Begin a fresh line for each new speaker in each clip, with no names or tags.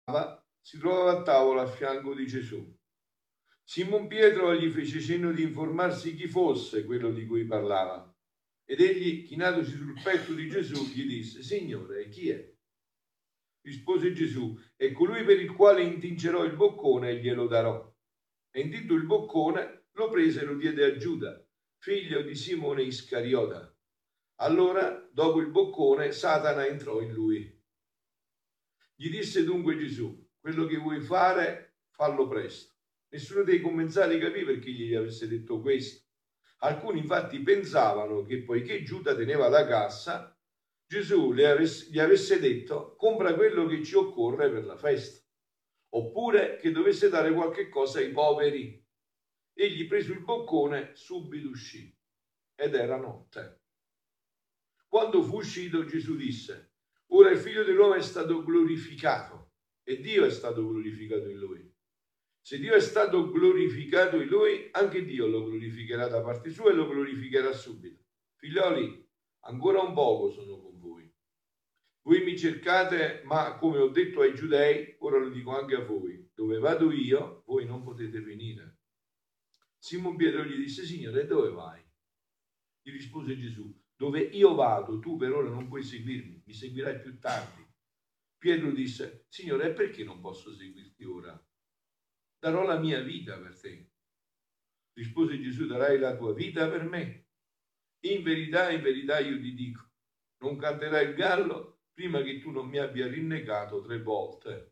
si trovava a tavola a fianco di Gesù. Simon Pietro gli fece cenno di informarsi chi fosse quello di cui parlava. Ed egli, chinatosi sul petto di Gesù, gli disse: Signore, chi è? Rispose Gesù: è colui per il quale intingerò il boccone e glielo darò. E intinto il boccone, lo prese e lo diede a Giuda, figlio di Simone Iscariota. Allora, dopo il boccone, Satana entrò in lui. Gli disse dunque Gesù: quello che vuoi fare, fallo presto. Nessuno dei commensali capì perché gli avesse detto questo. Alcuni infatti pensavano che poiché Giuda teneva la cassa, Gesù gli avesse detto: compra quello che ci occorre per la festa, oppure che dovesse dare qualche cosa ai poveri. Egli, preso il boccone, subito uscì, ed era notte. Quando fu uscito, Gesù disse: ora il figlio dell'uomo è stato glorificato e Dio è stato glorificato in lui. Se Dio è stato glorificato in lui, anche Dio lo glorificherà da parte sua e lo glorificherà subito. Figlioli, ancora un poco sono con voi. Voi mi cercate, ma come ho detto ai giudei, ora lo dico anche a voi: dove vado io, voi non potete venire. Simon Pietro gli disse: Signore, dove vai? Gli rispose Gesù: dove io vado, tu per ora non puoi seguirmi, mi seguirai più tardi. Pietro disse: Signore, e perché non posso seguirti ora? Darò la mia vita per te. Rispose Gesù: darai la tua vita per me? In verità io ti dico, non canterà il gallo prima che tu non mi abbia rinnegato 3 volte.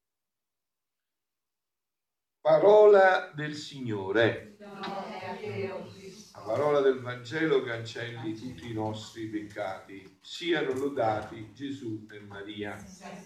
Parola del Signore. La parola del Vangelo cancelli tutti i nostri peccati. Siano lodati Gesù e Maria.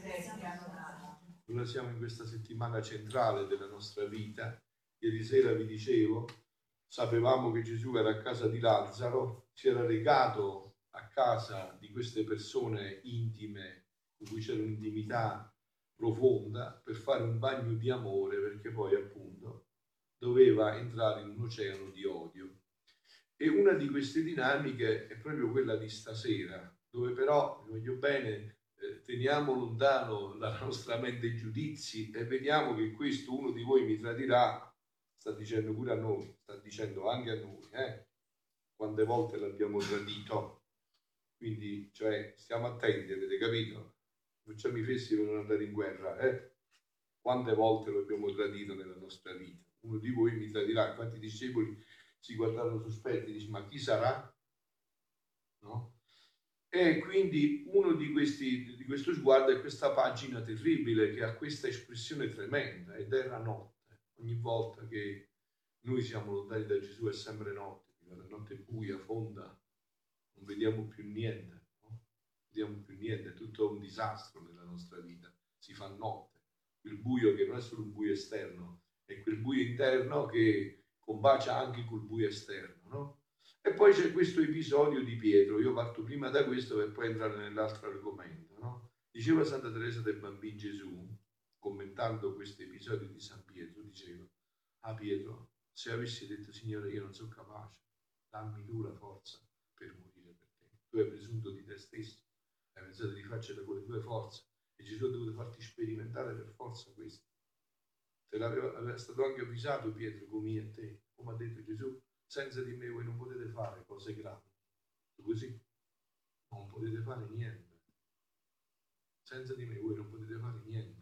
Ora siamo in questa settimana centrale della nostra vita. Ieri sera vi dicevo, sapevamo che Gesù era a casa di Lazzaro, si era recato a casa di queste persone intime, con cui c'era un'intimità profonda, per fare un bagno di amore, perché poi appunto doveva entrare in un oceano di odio. E una di queste dinamiche è proprio quella di stasera, dove però, voglio bene, teniamo lontano la nostra mente giudizi e vediamo che questo uno di voi mi tradirà, sta dicendo pure a noi, sta dicendo anche a noi, quante volte l'abbiamo tradito. Quindi, cioè, stiamo attenti, avete capito? Facciamo i fessi per non andare in guerra, Quante volte lo abbiamo tradito nella nostra vita? Uno di voi mi tradirà. Infatti i discepoli si guardarono sospetti, dice: ma chi sarà? No? E quindi uno di questo sguardo è questa pagina terribile che ha questa espressione tremenda, ed era notte. Ogni volta che noi siamo lontani da Gesù è sempre notte, la notte buia, fonda, non vediamo più niente, no? Non vediamo più niente, è tutto un disastro nella nostra vita, si fa notte. Il buio che non è solo un buio esterno, è quel buio interno che combacia anche col buio esterno, no? E poi c'è questo episodio di Pietro, io parto prima da questo per poi entrare nell'altro argomento, no? Diceva Santa Teresa del Bambino Gesù, commentando questo episodio di San Pietro, diceva: ah Pietro, se avessi detto Signore io non sono capace, dammi tu la forza per morire per te. Tu hai presunto di te stesso, hai pensato di farcela con le tue forze e Gesù ha dovuto farti sperimentare per forza questo. Te l'aveva stato anche avvisato Pietro, come io e te, come ha detto Gesù: senza di me voi non potete fare cose grandi. Così non potete fare niente. Senza di me voi non potete fare niente.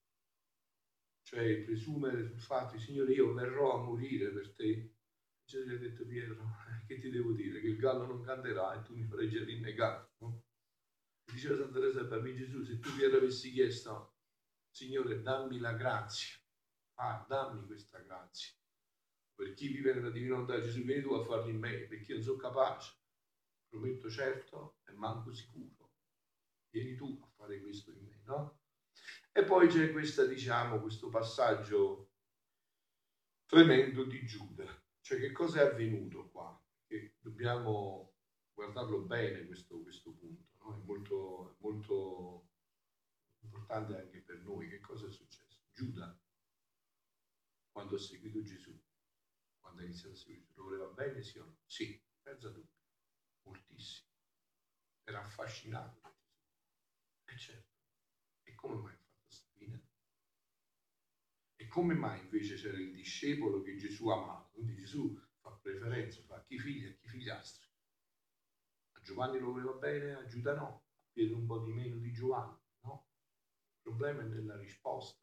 Cioè presumere sul fatto: Signore, io verrò a morire per te. Gesù gli ha detto: Pietro, che ti devo dire? Che il gallo non canterà e tu mi farai già rinnegare, no? Diceva Santa Teresa del Bambino Gesù: se tu Pietro avessi chiesto: Signore, dammi la grazia, dammi questa grazia. Per chi vive nella divina volontà, Gesù, vieni tu a farlo in me, perché io non sono capace, prometto certo e manco sicuro. Vieni tu a fare questo in me, no? E poi c'è questa, diciamo, questo passaggio tremendo di Giuda. Cioè, che cosa è avvenuto qua? Che dobbiamo guardarlo bene questo punto, no? È molto importante anche per noi. Che cosa è successo? Giuda, quando ha seguito Gesù, quando ha iniziato a seguire Gesù, lo voleva bene, sì o no? Sì, senza dubbio, moltissimo. Era affascinato da Gesù. E certo, e come mai ha fatto questa fine? come mai invece c'era il discepolo che Gesù amava? Quindi Gesù fa preferenza, fa chi figli e chi figliastri. A Giovanni lo voleva bene, a Giuda no, a Pietro un po' di meno di Giovanni, no? Il problema è nella risposta.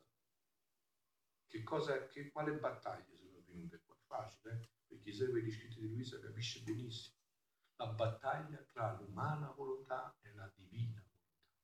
Quale battaglie sono avvenute qua? Facile, per chi segue gli scritti di Luisa capisce benissimo. La battaglia tra l'umana volontà e la divina volontà.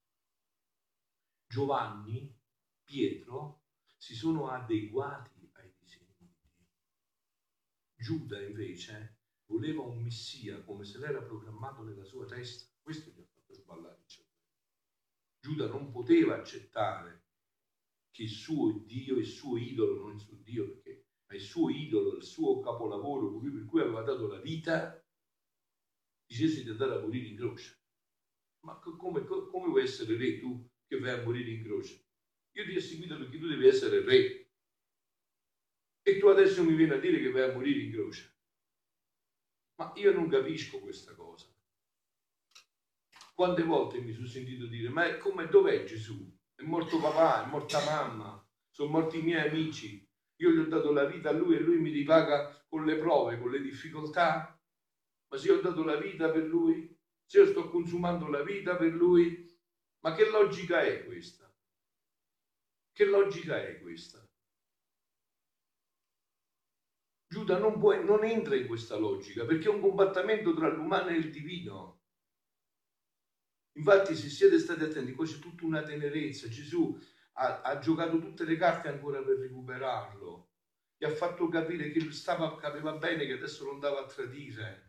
Giovanni, Pietro si sono adeguati ai disegni di Dio. Giuda invece voleva un messia come se l'era programmato nella sua testa. Questo gli ha fatto sballare il cervello. Giuda non poteva accettare che il suo Dio, il suo idolo, non il suo Dio, perché è il suo idolo, il suo capolavoro, colui per cui aveva dato la vita, dicesse di andare a morire in croce. Ma come vuoi essere re tu che vai a morire in croce? Io ti ho seguito perché tu devi essere re. E tu adesso mi vieni a dire che vai a morire in croce. Ma io non capisco questa cosa. Quante volte mi sono sentito dire, ma dov'è Gesù? È morto papà, è morta mamma, sono morti i miei amici. Io gli ho dato la vita a lui e lui mi ripaga con le prove, con le difficoltà. Ma se io ho dato la vita per lui, se io sto consumando la vita per lui, ma che logica è questa? Che logica è questa? Giuda non entra in questa logica perché è un combattimento tra l'umano e il divino. Infatti, se siete stati attenti, qua c'è tutta una tenerezza. Gesù ha giocato tutte le carte ancora per recuperarlo. Gli ha fatto capire che capeva bene che adesso lo andava a tradire.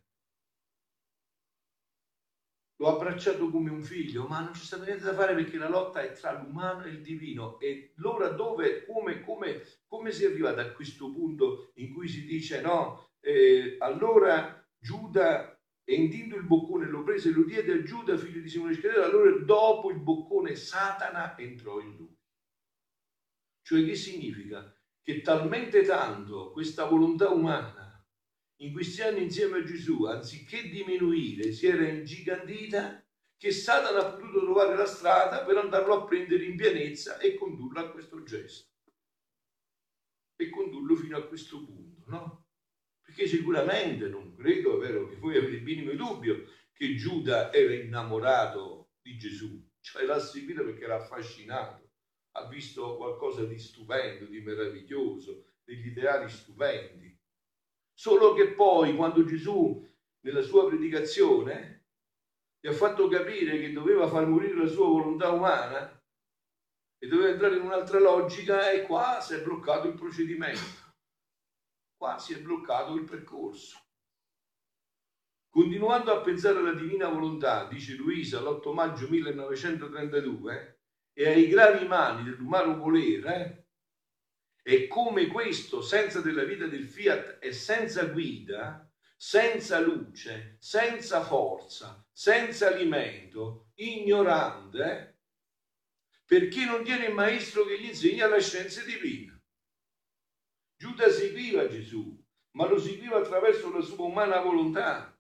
L'ho abbracciato come un figlio, ma non c'è stato niente da fare perché la lotta è tra l'umano e il divino. E allora come si è arrivato a questo punto in cui si dice no? Allora Giuda, e intinto il boccone, lo prese e lo diede a Giuda, figlio di Simone Iscariota. Allora dopo il boccone Satana entrò in lui. Cioè che significa? Che talmente tanto questa volontà umana in questi anni insieme a Gesù, anziché diminuire, si era ingigantita, che Satana ha potuto trovare la strada per andarlo a prendere in pienezza e condurlo a questo gesto. E condurlo fino a questo punto, no? Perché sicuramente non credo, è vero, che voi avete il minimo dubbio che Giuda era innamorato di Gesù, cioè l'ha seguito perché era affascinato, ha visto qualcosa di stupendo, di meraviglioso, degli ideali stupendi. Solo che poi, quando Gesù, nella sua predicazione, gli ha fatto capire che doveva far morire la sua volontà umana e doveva entrare in un'altra logica, e qua si è bloccato il procedimento. Qua si è bloccato il percorso. Continuando a pensare alla divina volontà, dice Luisa l'8 maggio 1932, e ai gravi mali dell'umano volere, e come questo, senza della vita del fiat, è senza guida, senza luce, senza forza, senza alimento, ignorante, perché non tiene il maestro che gli insegna la scienza divina. Giuda seguiva Gesù, ma lo seguiva attraverso la sua umana volontà.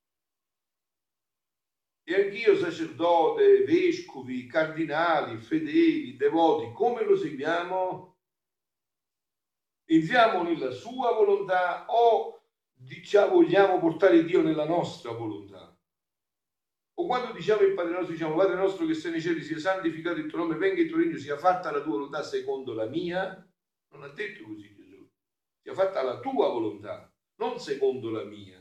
E anch'io, sacerdote, vescovi, cardinali, fedeli, devoti, come lo seguiamo? Entriamo nella sua volontà o vogliamo portare Dio nella nostra volontà? O quando diciamo il Padre nostro, diciamo Padre nostro che sei nei cieli, sia santificato il tuo nome, venga il tuo regno, sia fatta la tua volontà secondo la mia? Non ha detto così Gesù. Sia fatta la tua volontà, non secondo la mia.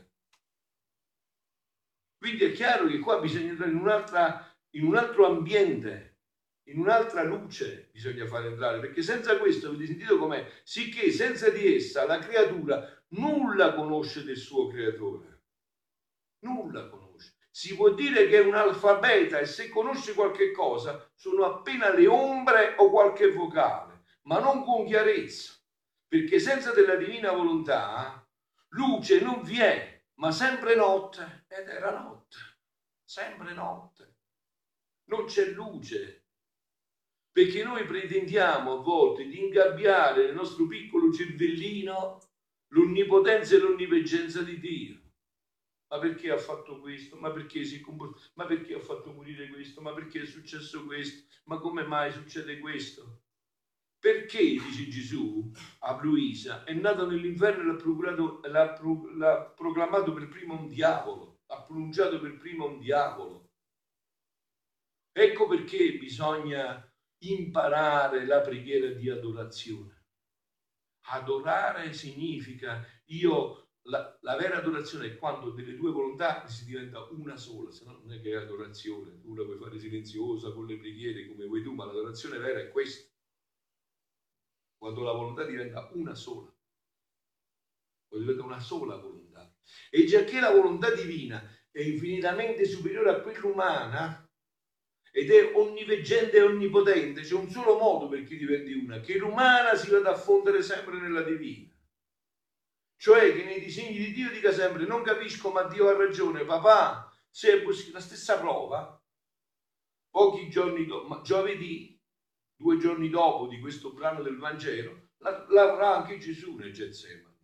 Quindi è chiaro che qua bisogna entrare in un altro ambiente, in un'altra luce bisogna fare entrare, perché senza questo, avete sentito com'è? Sicché senza di essa la creatura nulla conosce del suo creatore. Nulla conosce. Si può dire che è un analfabeta e se conosce qualche cosa sono appena le ombre o qualche vocale, ma non con chiarezza, perché senza della divina volontà luce non vi è, ma sempre notte, ed era notte, sempre notte. Non c'è luce, perché noi pretendiamo a volte di ingabbiare nel nostro piccolo cervellino l'onnipotenza e l'onnivegenza di Dio. Ma perché ha fatto questo? Ma perché si è comportato? Ma perché ha fatto morire questo? Ma perché è successo questo? Ma come mai succede questo? Perché, dice Gesù a Luisa, è nato nell'inferno e l'ha proclamato per primo un diavolo, ha pronunciato per primo un diavolo. Ecco perché bisogna imparare la preghiera di adorazione. Adorare significa la vera adorazione è quando delle due volontà si diventa una sola, se no non è che è adorazione, tu la puoi fare silenziosa con le preghiere come vuoi tu, ma l'adorazione vera è questa. Quando la volontà diventa una sola, quando diventa una sola volontà. E giacché la volontà divina è infinitamente superiore a quella umana ed è onniveggente e onnipotente, c'è un solo modo perché diventi una, che l'umana si vada a fondere sempre nella divina. Cioè che nei disegni di Dio dica sempre non capisco ma Dio ha ragione, papà, se è possibile, la stessa prova, pochi giorni dopo, ma giovedì, 2 giorni dopo di questo brano del Vangelo, l'avrà anche Gesù nel Getsemani.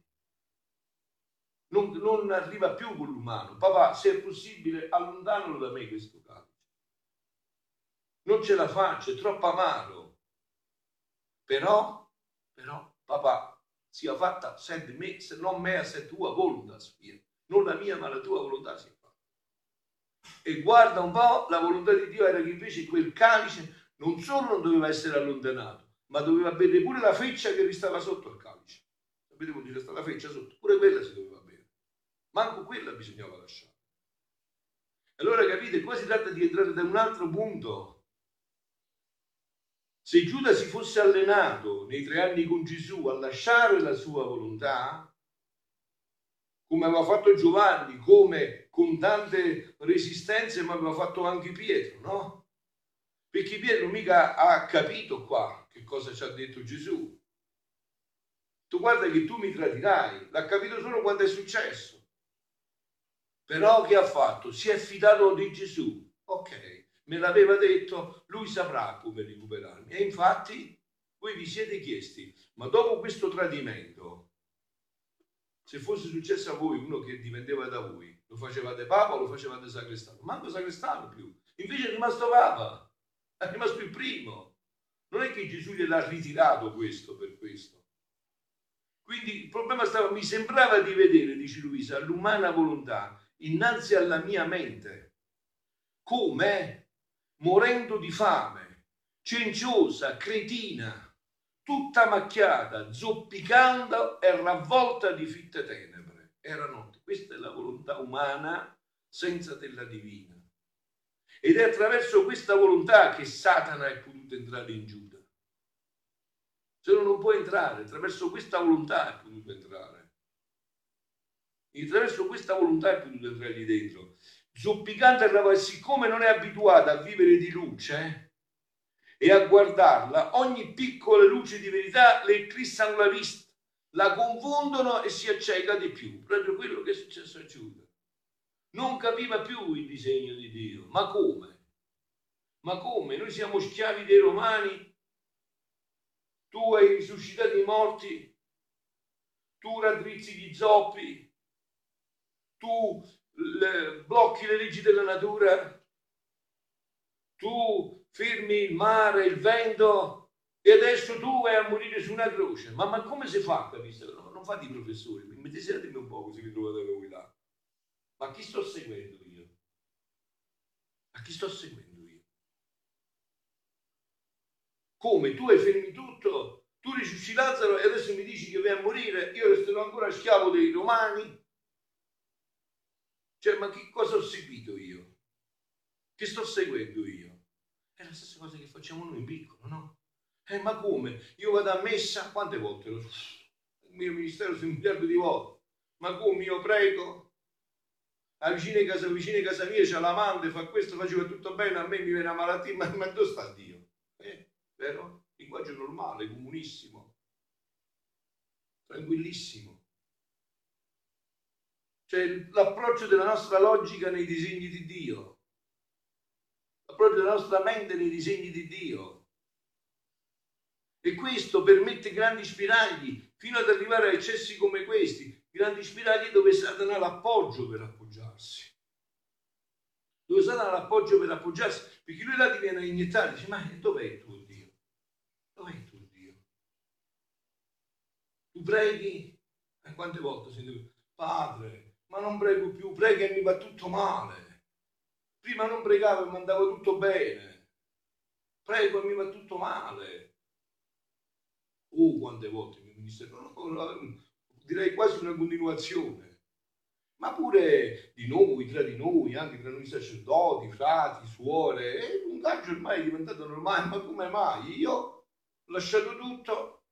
Non arriva più con l'umano. Papà, se è possibile, allontanalo da me questo calice. Non ce la faccio, è troppo amaro. Però, papà, sia fatta, senti me, se non mea, se tua volontà sia. Non la mia, ma la tua volontà sia fatta. E guarda un po', la volontà di Dio era che invece quel calice non solo non doveva essere allontanato, ma doveva bere pure la feccia che restava sotto al calice. Sapete quando c'era stata la feccia sotto? Pure quella si doveva bere. Manco quella bisognava lasciare. Allora capite, qua si tratta di entrare da un altro punto. Se Giuda si fosse allenato nei 3 anni con Gesù a lasciare la sua volontà, come aveva fatto Giovanni, come con tante resistenze, ma aveva fatto anche Pietro, no? Perché Pietro mica ha capito qua che cosa ci ha detto Gesù. Tu guarda che tu mi tradirai, l'ha capito solo quando è successo. Però che ha fatto? Si è fidato di Gesù. Ok, me l'aveva detto, lui saprà come recuperarmi. E infatti voi vi siete chiesti, ma dopo questo tradimento, se fosse successo a voi uno che dipendeva da voi, lo facevate papa o lo facevate sacrestano? Manco sacrestano più. Invece è rimasto papa, è rimasto il primo. Non è che Gesù gliel'ha ritirato questo per questo. Quindi il problema stava, mi sembrava di vedere, dice Luisa, l'umana volontà innanzi alla mia mente, come morendo di fame, cenciosa, cretina, tutta macchiata, zoppicando e ravvolta di fitte tenebre. Era notte. Questa è la volontà umana senza della divina. Ed è attraverso questa volontà che Satana è potuto entrare in Giuda. Se no non può entrare, attraverso questa volontà è potuto entrare. E attraverso questa volontà è potuto entrare lì dentro. Zoppicante e siccome non è abituata a vivere di luce e a guardarla, ogni piccola luce di verità le eclissano la vista, la confondono e si acceca di più. Proprio quello che è successo a Giuda. Non capiva più il disegno di Dio. Ma come? Ma come? Noi siamo schiavi dei romani? Tu hai risuscitato i morti? Tu raddrizzi gli zoppi? Tu blocchi le leggi della natura? Tu fermi il mare, il vento? E adesso tu vai a morire su una croce? Ma come si fa a capire? Non fate i professori, medesiatemi un po' così vi trovate voi là. Ma chi sto seguendo io? A chi sto seguendo io? Come? Tu hai fermi tutto? Tu risusciti Lazzaro e adesso mi dici che vai a morire? Io resterò ancora schiavo dei romani? Cioè, ma che cosa ho seguito io? Che sto seguendo io? È la stessa cosa che facciamo noi in piccolo, no? Ma come? Io vado a messa? Quante volte? Il mio ministero su 1 miliardo di volte. Ma come? Io prego? La vicina di casa mia c'ha l'amante, fa questo, faceva tutto bene, a me mi viene una malattia, ma dove sta Dio? Vero? Linguaggio normale, comunissimo, tranquillissimo. Cioè l'approccio della nostra logica nei disegni di Dio, l'approccio della nostra mente nei disegni di Dio. E questo permette grandi spiragli, fino ad arrivare a eccessi come questi, grandi spiragli dove Satana ha l'appoggio per appoggiarsi. Dove Satana ha l'appoggio perché lui là ti viene a iniettare, dice, ma dov'è il tuo Dio? Dov'è il tuo Dio? Tu preghi? E quante volte sentivo, Padre, ma non prego più, prega e mi va tutto male. Prima non pregavo e mi andava tutto bene. Prego e mi va tutto male. Quante volte mi ministero, direi quasi una continuazione. Ma pure di noi, tra di noi, anche tra noi sacerdoti, frati, suore, è un lungaggio ormai è diventato normale. Ma come mai? Io ho lasciato tutto,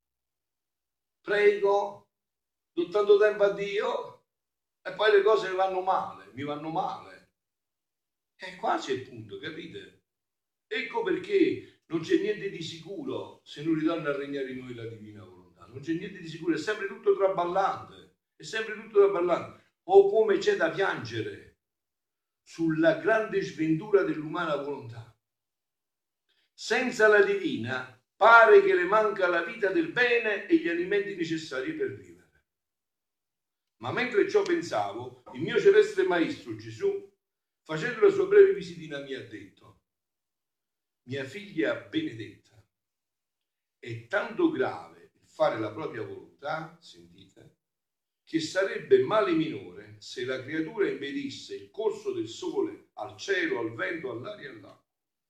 prego, do tanto tempo a Dio e poi le cose mi vanno male. E qua c'è il punto, capite? Ecco perché non c'è niente di sicuro se non ritorna a regnare in noi la divina volontà. Non c'è niente di sicuro, è sempre tutto traballante, è sempre tutto traballante. O come c'è da piangere sulla grande sventura dell'umana volontà. Senza la divina pare che le manca la vita del bene e gli alimenti necessari per vivere. Ma mentre ciò pensavo, il mio celeste maestro Gesù, facendo la sua breve visitina, mi ha detto: mia figlia benedetta, è tanto grave il fare la propria volontà, sentite, che sarebbe male minore se la creatura impedisse il corso del sole al cielo, al vento, all'aria e all'acqua.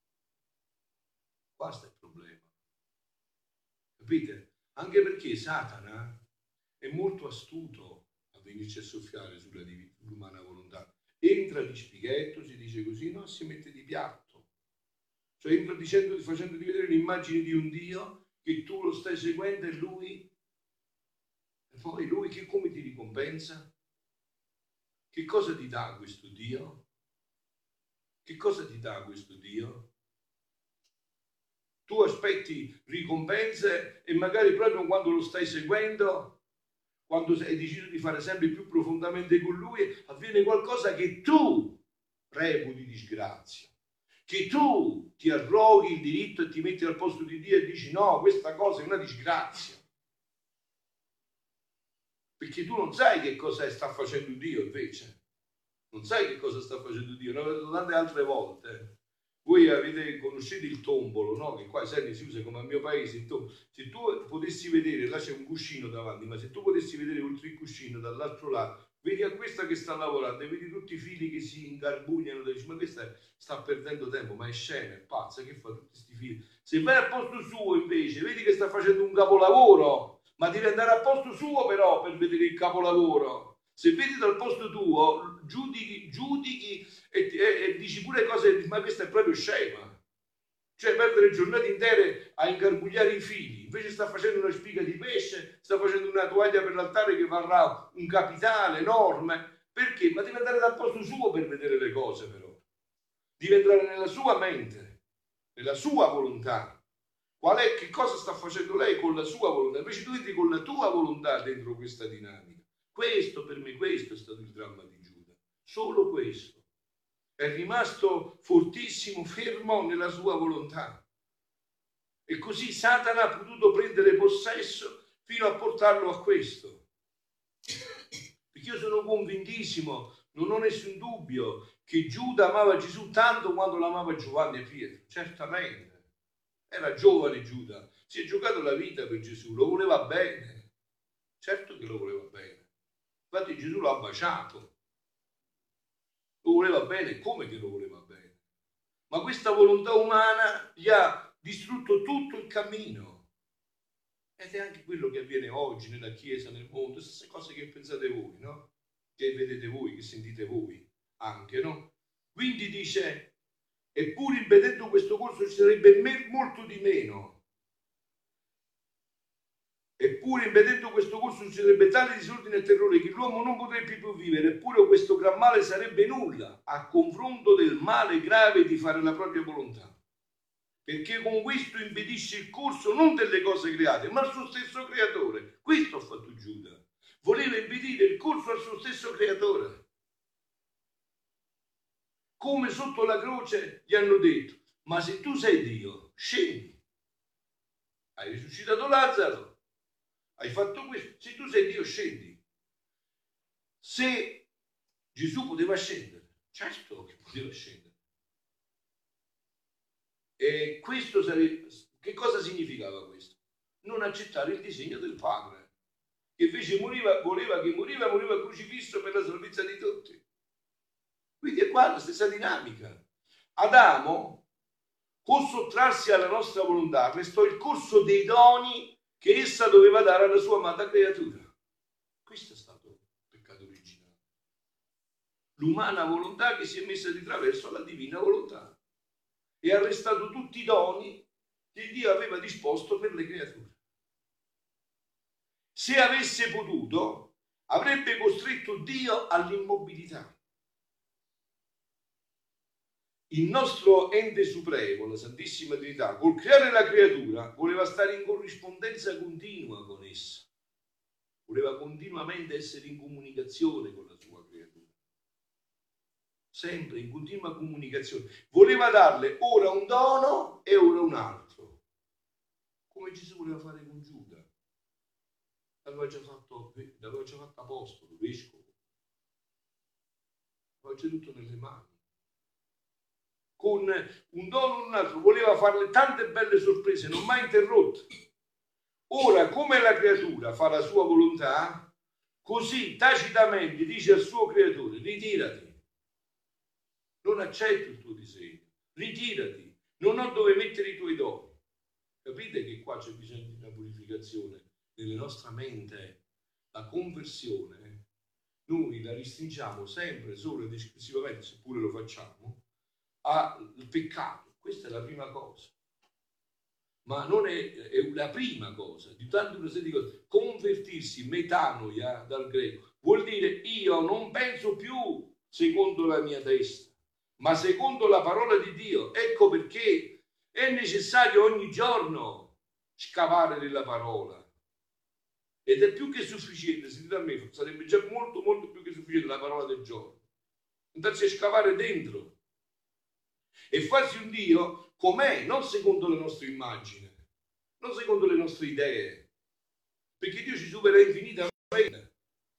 Questo è il problema. Capite? Anche perché Satana è molto astuto a venirci a soffiare sull'umana volontà. Entra di spighetto, si dice così, no? Si mette di piatto. Cioè entra facendoti vedere l'immagine di un Dio che tu lo stai seguendo e lui... E poi lui come ti ricompensa? Che cosa ti dà questo Dio? Che cosa ti dà questo Dio? Tu aspetti ricompense e magari proprio quando lo stai seguendo, quando hai deciso di fare sempre più profondamente con lui, avviene qualcosa che tu reputi disgrazia, che tu ti arroghi il diritto e ti metti al posto di Dio e dici no, questa cosa è una disgrazia. Perché tu non sai che cosa sta facendo Dio invece. Non sai che cosa sta facendo Dio. L'ho detto tante altre volte. Voi conoscete il tombolo, no? Che qua si usa come al mio paese. Se tu potessi vedere, là c'è un cuscino davanti, ma se tu potessi vedere oltre il cuscino dall'altro lato, vedi a questa che sta lavorando e vedi tutti i fili che si ingarbugliano, dici, ma questa sta perdendo tempo, ma è scema, è pazza, che fa tutti questi fili? Se vai al posto suo invece, vedi che sta facendo un capolavoro, ma devi andare al posto suo però per vedere il capolavoro. Se vedi dal posto tuo, giudichi e dici pure cose, ma questa è proprio scema. Cioè perdere giornate intere a ingarbugliare i fili, invece sta facendo una spiga di pesce, sta facendo una tovaglia per l'altare che varrà un capitale enorme. Perché? Ma devi andare dal posto suo per vedere le cose però. Devi entrare nella sua mente, nella sua volontà. Che cosa sta facendo lei con la sua volontà? Invece tu entri con la tua volontà dentro questa dinamica. Questo per me, questo è stato il dramma di Giuda. Solo questo. È rimasto fortissimo, fermo nella sua volontà. E così Satana ha potuto prendere possesso fino a portarlo a questo. Perché io sono convintissimo, non ho nessun dubbio, che Giuda amava Gesù tanto quanto l'amava Giovanni e Pietro. Certamente. Era giovane Giuda, si è giocato la vita per Gesù, lo voleva bene. Certo che lo voleva bene. Infatti Gesù l'ha baciato. Lo voleva bene, come che lo voleva bene? Ma questa volontà umana gli ha distrutto tutto il cammino. Ed è anche quello che avviene oggi nella Chiesa, nel mondo, stesse cose che pensate voi, no? Che vedete voi, che sentite voi anche, no? Quindi dice, eppure impedendo questo corso ci sarebbe molto di meno. Eppure impedendo questo corso succederebbe tale disordine e terrore che l'uomo non potrebbe più vivere, eppure questo gran male sarebbe nulla a confronto del male grave di fare la propria volontà. Perché con questo impedisce il corso non delle cose create, ma al suo stesso creatore. Questo ha fatto Giuda. Voleva impedire il corso al suo stesso creatore. Come sotto la croce gli hanno detto, ma se tu sei Dio, scendi. Hai risuscitato Lazzaro. Hai fatto questo, se tu sei Dio scendi. Se Gesù poteva scendere, certo che poteva scendere. E questo sarebbe, che cosa significava questo? Non accettare il disegno del Padre. che invece moriva crocifisso per la salvezza di tutti. Quindi è qua la stessa dinamica. Adamo, col sottrarsi alla nostra volontà, restò il corso dei doni che essa doveva dare alla sua amata creatura. Questo è stato il peccato originale. L'umana volontà che si è messa di traverso alla divina volontà e ha arrestato tutti i doni che Dio aveva disposto per le creature. Se avesse potuto, avrebbe costretto Dio all'immobilità. Il nostro ente supremo, la Santissima Trinità, col creare la creatura, voleva stare in corrispondenza continua con essa. Voleva continuamente essere in comunicazione con la sua creatura. Sempre in continua comunicazione. Voleva darle ora un dono e ora un altro. Come Gesù voleva fare con Giuda. L'aveva già fatto apostolo, vescovo. Aveva già tutto nelle mani. Con un dono o un altro voleva farle tante belle sorprese, non mai interrotte. Ora, come la creatura fa la sua volontà, così tacitamente dice al suo creatore: ritirati, non accetto il tuo disegno, ritirati, non ho dove mettere i tuoi doni. Capite che qua c'è bisogno di una purificazione nella nostra mente, la conversione. Noi la restringiamo sempre, solo ed esclusivamente, seppure lo facciamo, al peccato. Questa è la prima cosa, ma non è la prima cosa di tante una serie di cose. Convertirsi, metanoia dal greco, vuol dire io non penso più secondo la mia testa, ma secondo la parola di Dio. Ecco perché è necessario ogni giorno scavare nella parola, ed è più che sufficiente, se dite a me, sarebbe già molto più che sufficiente la parola del giorno, andarsi a scavare dentro e farsi un Dio com'è, non secondo la nostra immagine, non secondo le nostre idee, perché Dio ci supera infinitamente.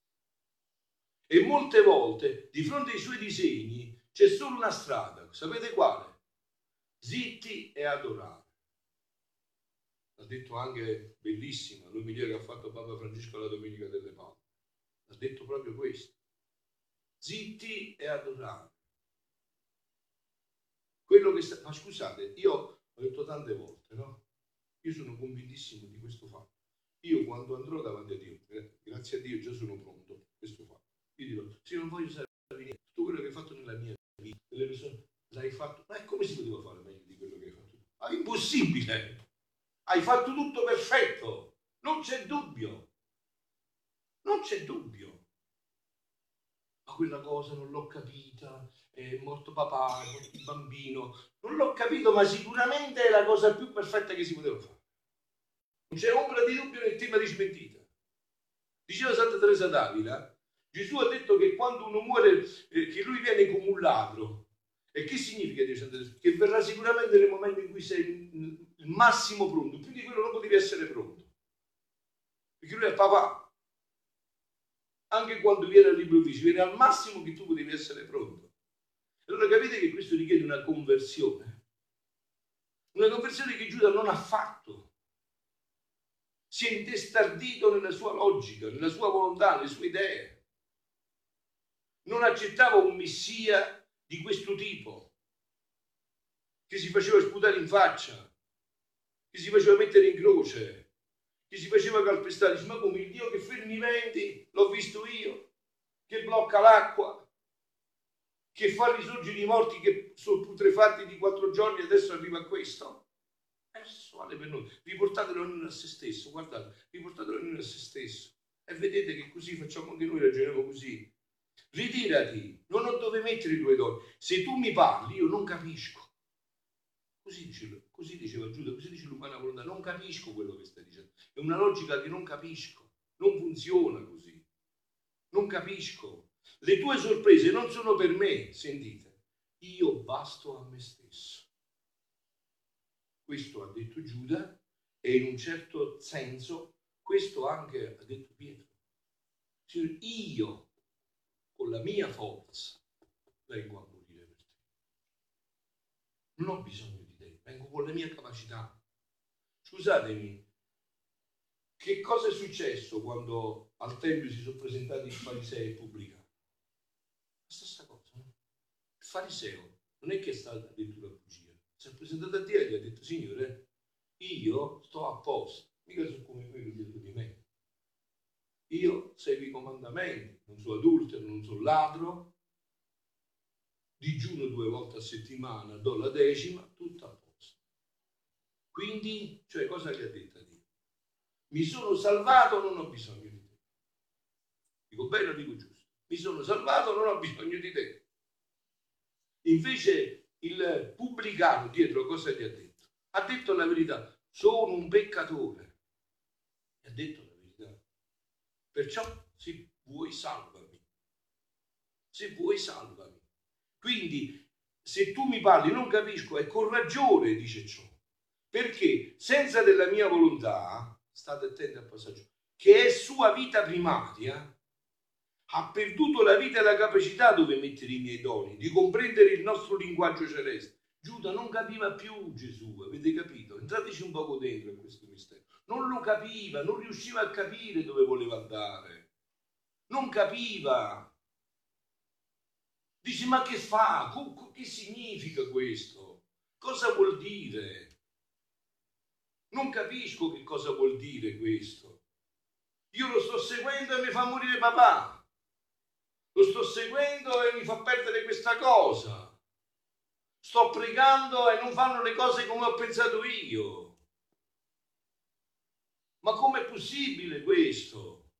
E molte volte di fronte ai suoi disegni c'è solo una strada, sapete quale? Zitti e adorare. L'ha detto anche bellissima l'omelia che ha fatto Papa Francesco la Domenica delle Palme. Ha detto proprio questo: zitti e adorare. Quello che sta... Ma scusate, io ho detto tante volte, no? Io sono convintissimo di questo fatto. Io quando andrò davanti a Dio, grazie a Dio già sono pronto per questo fatto. Io dirò: se non voglio sapere niente, tutto quello che hai fatto nella mia vita, delle persone, l'hai fatto. Ma come si poteva fare meglio di quello che hai fatto? Ma è impossibile! Hai fatto tutto perfetto, non c'è dubbio. Non c'è dubbio. Ma quella cosa non l'ho capita, è morto papà, è morto il bambino, non l'ho capito, ma sicuramente è la cosa più perfetta che si poteva fare. Non c'è ombra di dubbio nel tema di smentita. Diceva Santa Teresa d'Avila, Gesù ha detto che quando uno muore, che lui viene come un ladro. E che significa, dice Santa Teresa? Che verrà sicuramente nel momento in cui sei il massimo pronto, più di quello non potevi essere pronto. Perché lui è papà. Anche quando viene all'improvviso, viene al massimo che tu potevi essere pronto. Allora capite che questo richiede una conversione che Giuda non ha fatto. Si è intestardito nella sua logica, nella sua volontà, nelle sue idee. Non accettava un messia di questo tipo, che si faceva sputare in faccia, che si faceva mettere in croce, che si faceva calpestare. Dice: ma come il Dio che fermi i venti, l'ho visto io, che blocca l'acqua, che fa risorgere i morti che sono putrefatti di 4 giorni, adesso arriva a questo? Vale per noi. Riportatelo ognuno a se stesso, guardate, riportatelo ognuno a se stesso e vedete che così facciamo anche noi, ragioniamo così. Ritirati, non ho dove mettere i tuoi doni. Se tu mi parli, io non capisco. Così diceva Giuda, così dice l'umana volontà, non capisco quello che stai dicendo. È una logica che non capisco, non funziona così. Non capisco. Le tue sorprese non sono per me, sentite. Io basto a me stesso. Questo ha detto Giuda e in un certo senso questo anche ha detto Pietro. Cioè, io con la mia forza vengo a morire per te. Non ho bisogno di te, vengo con la mia capacità. Scusatemi, Che cosa è successo quando al Tempio si sono presentati i farisei e i pubblicani? La stessa cosa, no? Il fariseo non è che è stato addirittura bugia, si è presentato a Dio e gli ha detto: Signore, io sto a posto, mica sono come quello dietro di me. Io seguo i comandamenti, non sono adultero, non sono ladro, digiuno 2 volte a settimana, do la 10ª, tutto a posto. Quindi, cioè, cosa gli ha detto a Dio? Mi sono salvato, non ho bisogno di te. Dico bene o dico giusto? Mi sono salvato, non ho bisogno di te. Invece il pubblicano dietro cosa gli ha detto? Ha detto la verità: sono un peccatore. E ha detto la verità. Perciò, se vuoi, salvami. Se vuoi, salvami. Quindi, se tu mi parli non capisco, e con ragione dice ciò. Perché senza della mia volontà, state attenti al passaggio, che è sua vita primaria, ha perduto la vita e la capacità dove mettere i miei doni, di comprendere il nostro linguaggio celeste. Giuda non capiva più Gesù, avete capito? Entrateci un poco dentro in questo mistero. Non lo capiva, non riusciva a capire dove voleva andare. Non capiva. Dici, ma che fa? Che significa questo? Cosa vuol dire? Non capisco che cosa vuol dire questo. Io lo sto seguendo e mi fa morire papà. Lo sto seguendo e mi fa perdere questa cosa. Sto pregando e non fanno le cose come ho pensato io. Ma com'è possibile questo?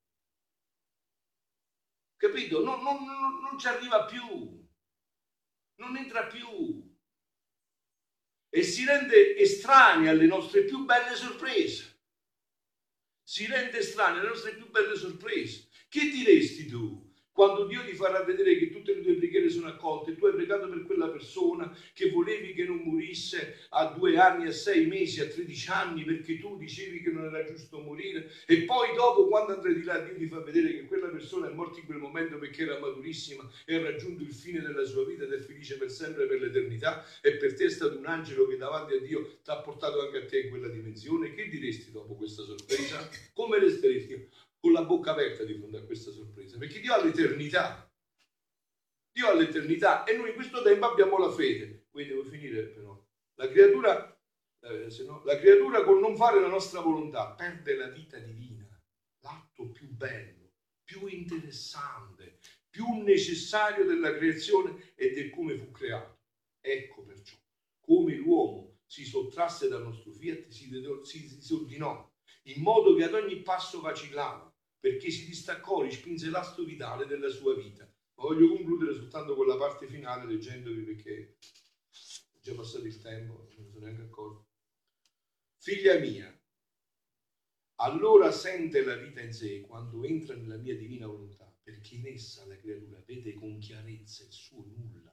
Capito? Non ci arriva più. Non entra più. E si rende estranea alle nostre più belle sorprese. Si rende estranea alle nostre più belle sorprese. Che diresti tu quando Dio ti farà vedere che tutte le tue preghiere sono accolte? Tu hai pregato per quella persona che volevi che non morisse a 2 anni, a 6 mesi, a 13 anni, perché tu dicevi che non era giusto morire, e poi dopo, quando andrai di là, Dio ti fa vedere che quella persona è morta in quel momento perché era maturissima e ha raggiunto il fine della sua vita ed è felice per sempre, per l'eternità, e per te è stato un angelo che davanti a Dio ti ha portato anche a te in quella dimensione. Che diresti dopo questa sorpresa? Come resteresti? Con la bocca aperta di fronte a questa sorpresa, perché Dio ha l'eternità. Dio ha l'eternità e noi in questo tempo abbiamo la fede. Poi devo finire però. La creatura col non fare la nostra volontà perde la vita divina, l'atto più bello, più interessante, più necessario della creazione e del come fu creato. Ecco perciò come l'uomo si sottrasse dal nostro fiat, si disordinò, in modo che ad ogni passo vacillava, perché si distaccò, rispinse l'asto vitale della sua vita. Ma voglio concludere soltanto con la parte finale leggendovi, perché è già passato il tempo, non mi sono neanche accorto. Figlia mia, allora sente la vita in sé quando entra nella mia divina volontà, perché in essa la creatura vede con chiarezza il suo nulla.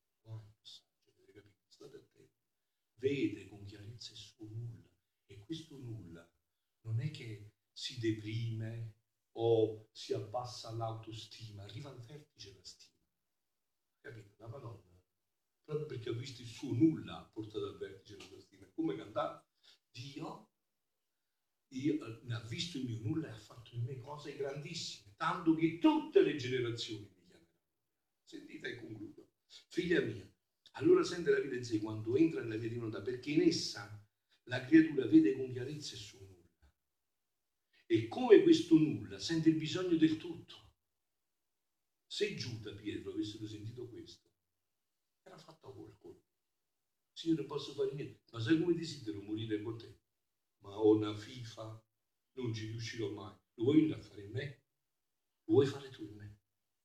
State attenti. Vede con chiarezza il suo nulla, e questo nulla non è che si deprime o si abbassa l'autostima, arriva al vertice la stima. Capito? La Madonna, proprio perché ha visto il suo nulla, ha portato al vertice l'autostima. Come cantare? Dio ha visto il mio nulla e ha fatto in me cose grandissime, tanto che tutte le generazioni mi chiameranno. Sentite e concludo. Figlia mia, allora sente la vita in sé quando entra nella via di volontà, perché in essa la creatura vede con chiarezza il suo nulla. E come questo nulla sente il bisogno del tutto. Se Giuda e Pietro avessero sentito questo, era fatto a qualcuno. Signore, non posso fare niente, ma sai come desidero morire con te? Ma ho una fifa, non ci riuscirò mai. Lo vuoi venire a fare in me? Lo vuoi fare tu in me?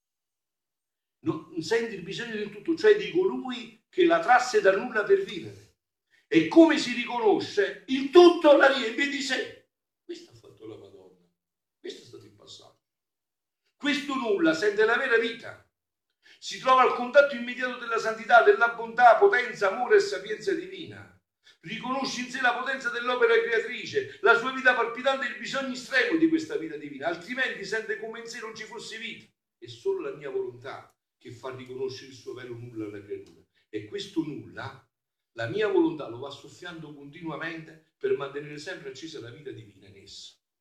Non senti il bisogno del tutto, cioè di colui che la trasse dal nulla per vivere. E come si riconosce? Il tutto la riempie di sé. Questo ha fatto la Madonna. Questo è stato il passaggio. Questo nulla sente la vera vita. Si trova al contatto immediato della santità, della bontà, potenza, amore e sapienza divina. Riconosce in sé la potenza dell'opera creatrice, la sua vita palpitante e il bisogno estremo di questa vita divina, altrimenti sente come in sé non ci fosse vita. È solo la mia volontà che fa riconoscere il suo vero nulla alla creatura. E questo nulla, la mia volontà lo va soffiando continuamente per mantenere sempre accesa la vita divina in essa.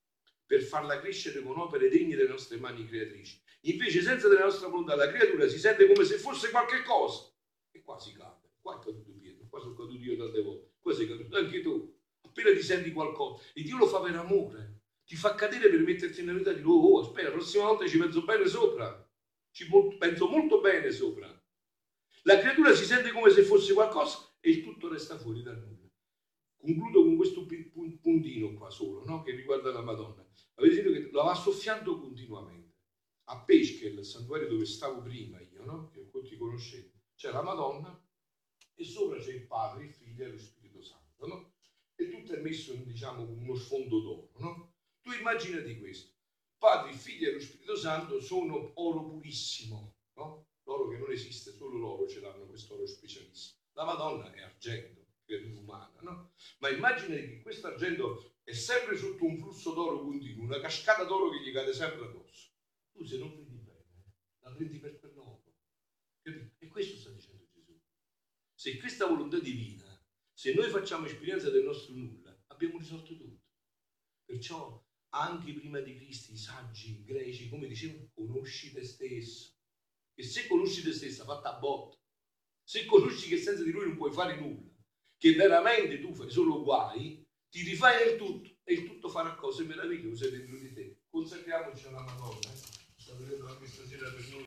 per farla crescere con opere degne delle nostre mani creatrici. Invece, senza della nostra volontà, la creatura si sente come se fosse qualche cosa. E qua si cade. Qua è caduto Pietro, qua sono caduto io tante volte, qua sei caduto anche tu. Appena ti senti qualcosa, e Dio lo fa per amore, ti fa cadere per metterti nella vita di oh, aspetta, la prossima volta ci penso bene sopra. Penso molto bene sopra. La creatura si sente come se fosse qualcosa e il tutto resta fuori dal nulla. Concludo con questo puntino qua solo, no? Che riguarda la Madonna. Avete sentito che la va soffiando continuamente. A Pesche, il santuario dove stavo prima io, no? Che tutti conoscete, c'è la Madonna e sopra c'è il Padre, il Figlio e lo Spirito Santo, no? E tutto è messo in, diciamo, uno sfondo d'oro, no? Tu immaginati questo. Padre, il Figlio e lo Spirito Santo sono oro purissimo, no? L'oro che non esiste, solo loro ce l'hanno, questo oro specialissimo. La Madonna è argento, creatura umana, no? Ma immaginati che questo argento è sempre sotto un flusso d'oro continuo, una cascata d'oro che gli cade sempre addosso. Tu se non vedi bene, la prendi per quell'oro. E questo sta dicendo Gesù. Se questa volontà divina, se noi facciamo esperienza del nostro nulla, abbiamo risolto tutto. Perciò anche prima di Cristo i saggi greci, come dicevano, conosci te stesso. E se conosci te stessa, fatta a botte, se conosci che senza di lui non puoi fare nulla, che veramente tu fai solo guai, ti rifai nel tutto e il tutto farà cose meravigliose dentro di te. Consacriamoci alla Madonna, sta venendo anche stasera per noi.